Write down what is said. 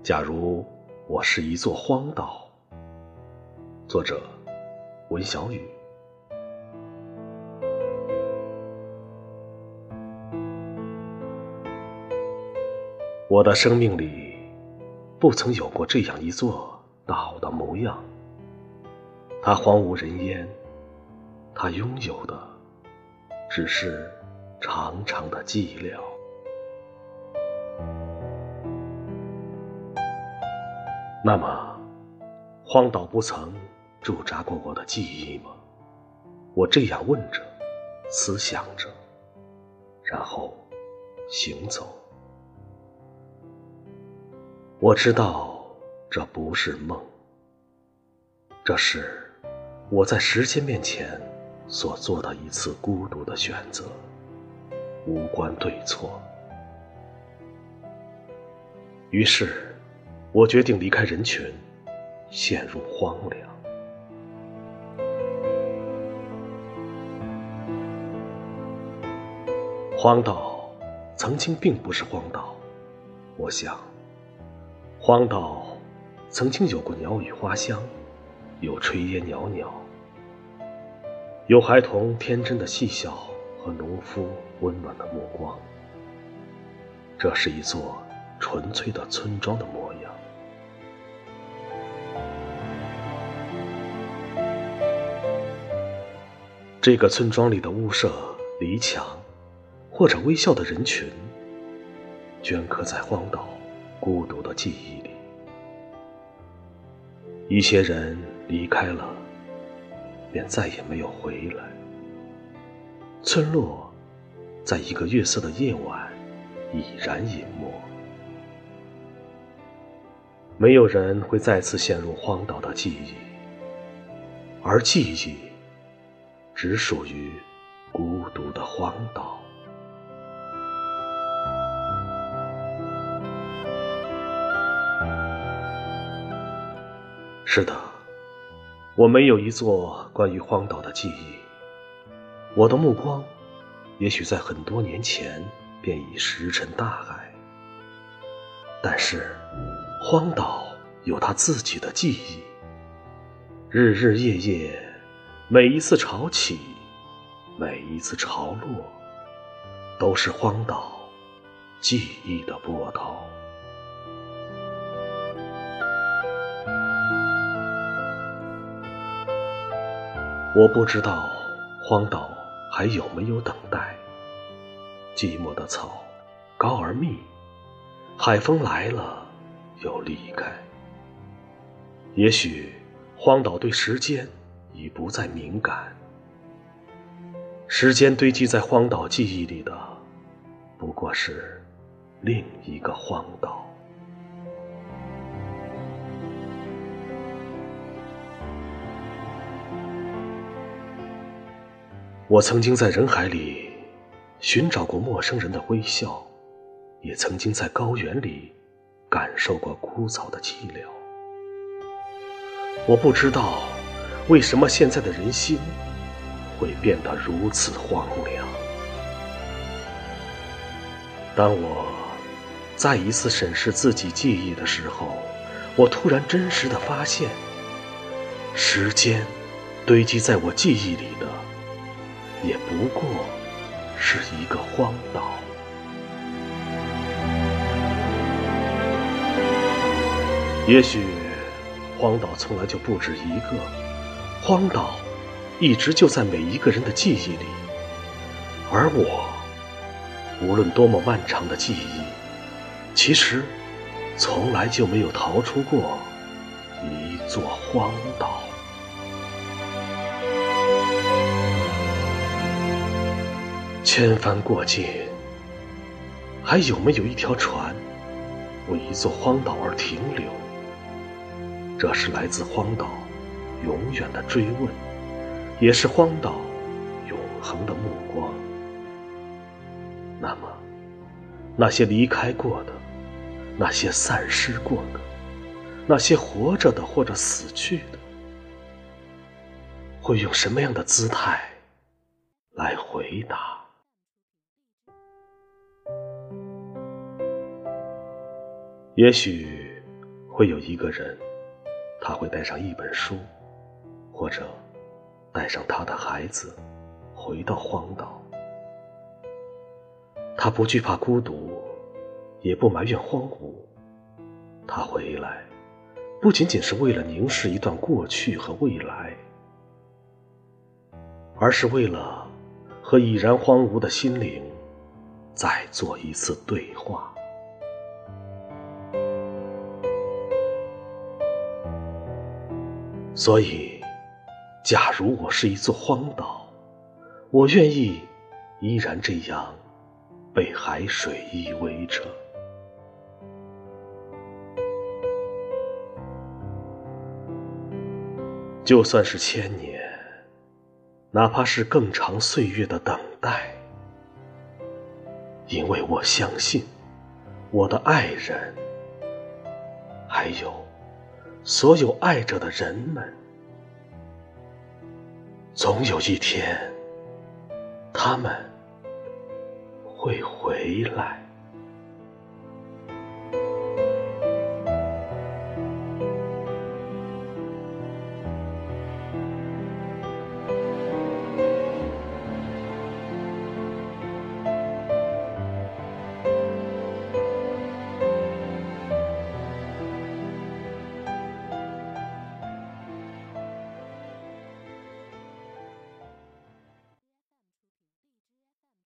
假如我是一座荒岛。作者文小雨。我的生命里不曾有过这样一座岛的模样，它荒无人烟，它拥有的只是长长的寂寥。那么，荒岛不曾驻扎过我的记忆吗？我这样问着，思想着，然后行走。我知道这不是梦，这是我在时间面前所做的一次孤独的选择，无关对错。于是我决定离开人群，陷入荒凉。荒岛曾经并不是荒岛，我想，荒岛曾经有过鸟语花香，有炊烟袅袅，有孩童天真的嬉笑和农夫温暖的目光。这是一座纯粹的村庄的模样。这个村庄里的屋舍、篱墙，或者微笑的人群，镌刻在荒岛孤独的记忆里。一些人离开了，便再也没有回来。村落在一个月色的夜晚已然隐没。没有人会再次陷入荒岛的记忆，而记忆只属于孤独的荒岛。是的，我没有一座关于荒岛的记忆。我的目光也许在很多年前便已石沉大海，但是荒岛有它自己的记忆，日日夜夜，每一次潮起，每一次潮落，都是荒岛记忆的波涛。我不知道荒岛还有没有等待，寂寞的草高而密，海风来了又离开。也许荒岛对时间已不再敏感，时间堆积在荒岛记忆里的不过是另一个荒岛。我曾经在人海里寻找过陌生人的微笑，也曾经在高原里感受过枯燥的寂寥。我不知道为什么现在的人心会变得如此荒凉。当我再一次审视自己记忆的时候，我突然真实地发现，时间堆积在我记忆里的也不过是一个荒岛。也许荒岛从来就不止一个，荒岛一直就在每一个人的记忆里，而我无论多么漫长的记忆，其实从来就没有逃出过一座荒岛。千帆过尽，还有没有一条船为一座荒岛而停留？这是来自荒岛永远的追问，也是荒岛永恒的目光。那么，那些离开过的，那些散失过的，那些活着的或者死去的，会用什么样的姿态来回答？也许会有一个人，他会带上一本书，或者带上他的孩子，回到荒岛。他不惧怕孤独，也不埋怨荒芜。他回来，不仅仅是为了凝视一段过去和未来，而是为了和已然荒芜的心灵再做一次对话。所以，假如我是一座荒岛，我愿意依然这样被海水依偎着。就算是1000年，哪怕是更长岁月的等待，因为我相信我的爱人，还有所有爱着的人们，总有一天，他们会回来。